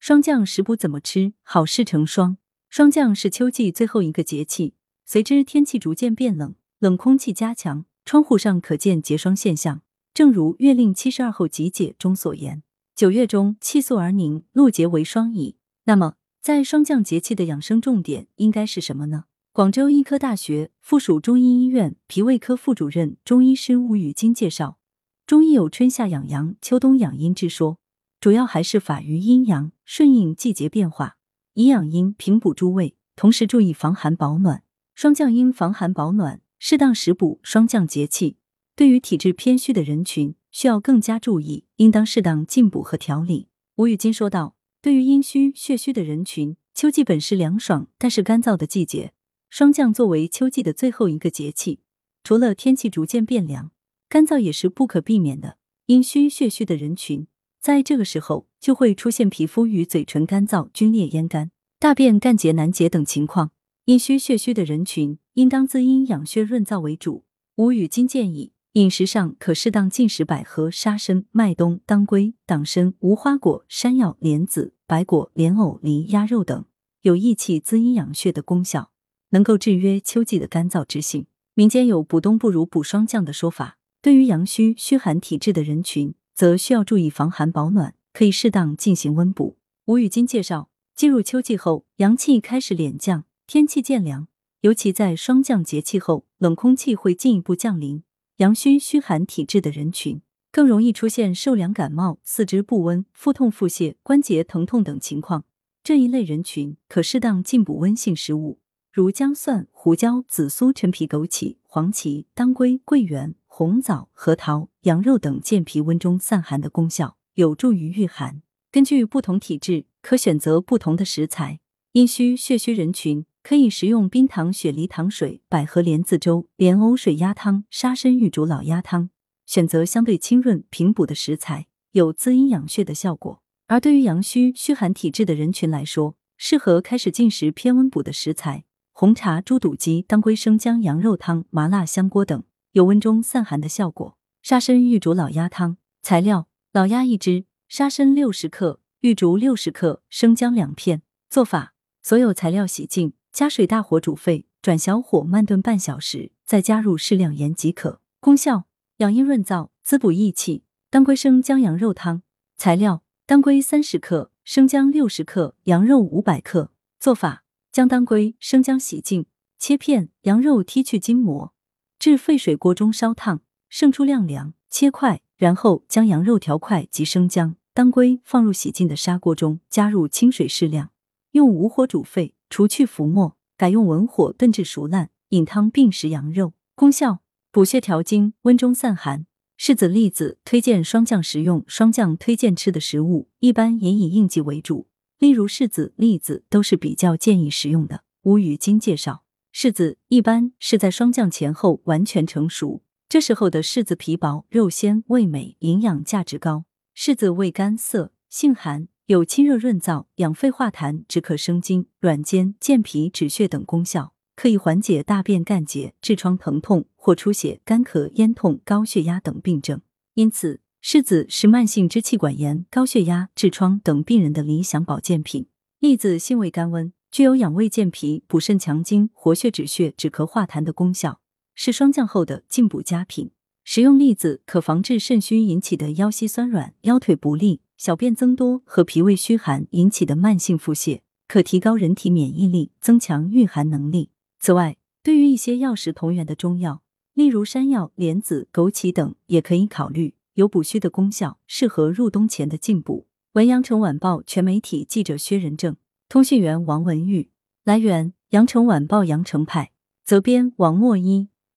霜降食补怎么吃？好事成双。霜降是秋季最后一个节气，随之天气逐渐变冷，冷空气加强，窗户上可见结霜现象。正如《月令72候集解》中所言：9月中，气肃而凝，露结为霜矣。那么，在霜降节气的养生重点应该是什么呢？广州医科大学附属中医医院脾胃科副主任中医师吴宇金介绍，中医有春夏养阳、秋冬养阴之说，主要还是法于阴阳，顺应季节变化，以养阴平补诸胃，同时注意防寒保暖。霜降应防寒保暖，适当食补霜降节气。对于体质偏虚的人群，需要更加注意，应当适当进补和调理。吴宇金说道，对于阴虚、血虚的人群，秋季本是凉爽但是干燥的季节，霜降作为秋季的最后一个节气，除了天气逐渐变凉，干燥也是不可避免的。阴虚、血虚的人群，在这个时候就会出现皮肤与嘴唇干燥、皲裂咽干、大便干结难解等情况。阴虚、血虚的人群，应当滋阴养血润燥为主。吴宇金建议，饮食上可适当进食百合、沙参、麦冬、当归、党参、无花果、山药、莲子、白果、莲藕、梨、鸭肉等，有益气滋阴养血的功效，能够制约秋季的干燥之性。民间有补冬不如补霜降的说法，对于阳虚、虚寒体质的人群，则需要注意防寒保暖，可以适当进行温补。吴宇金介绍，进入秋季后，阳气开始敛降，天气渐凉，尤其在霜降节气后，冷空气会进一步降临，阳虚、虚寒体质的人群更容易出现受凉感冒、四肢不温、腹痛、腹泻、关节疼痛等情况。这一类人群可适当进补温性食物，如姜蒜、胡椒、紫苏、陈皮、枸杞、黄芪、当归、桂圆、红枣、核桃、羊肉等健脾温中散寒的功效，有助于御寒。根据不同体质，可选择不同的食材。阴虚、血虚人群可以食用冰糖雪梨糖水、百合莲子粥、莲藕水鸭汤、沙参玉竹老鸭汤，选择相对清润平补的食材，有滋阴养血的效果。而对于阳虚、虚寒体质的人群来说，适合开始进食偏温补的食材，红茶猪肚鸡、当归生姜羊肉汤、麻辣香锅等，有温中散寒的效果。沙参玉竹老鸭汤。材料：老鸭1只，沙参60克，玉竹60克，生姜2片。做法：所有材料洗净，加水大火煮沸，转小火慢炖半小时，再加入适量盐即可。功效：养阴润燥，滋补益气。当归生姜羊肉汤。材料：当归30克，生姜60克，羊肉500克。做法：将当归、生姜洗净，切片，羊肉剔去筋膜，至沸水锅中烧烫，盛出晾凉，切块，然后将羊肉条块及生姜、当归放入洗净的砂锅中，加入清水适量，用无火煮沸，除去浮沫，改用文火炖至熟烂，饮汤并食羊肉。功效：补血调经，温中散寒。柿子、栗子推荐霜降食用，霜降推荐吃的食物一般也以应季为主，例如柿子、栗子都是比较建议食用的。吴宇金介绍，柿子一般是在霜降前后完全成熟，这时候的柿子皮薄、肉鲜、味美，营养价值高。柿子味甘涩，性寒，有清热润燥、养肺化痰、止咳生津、软坚、健脾止血等功效，可以缓解大便干结、痔疮疼痛或出血、干咳、咽痛、高血压等病症。因此，柿子是慢性支气管炎、高血压、痔疮等病人的理想保健品。栗子性味甘温，具有养胃健脾、补肾强筋、活血止血、止咳化痰的功效，是霜降后的进补佳品。食用栗子可防治肾虚引起的腰膝酸软、腰腿不利、小便增多和脾胃虚寒引起的慢性腹泻，可提高人体免疫力，增强御寒能力。此外，对于一些药食同源的中药，例如山药、莲子、枸杞等，也可以考虑，有补虚的功效，适合入冬前的进补。文阳城晚报全媒体记者薛仁正，通讯员王文玉。来源：阳城晚报阳城派，责编王墨一。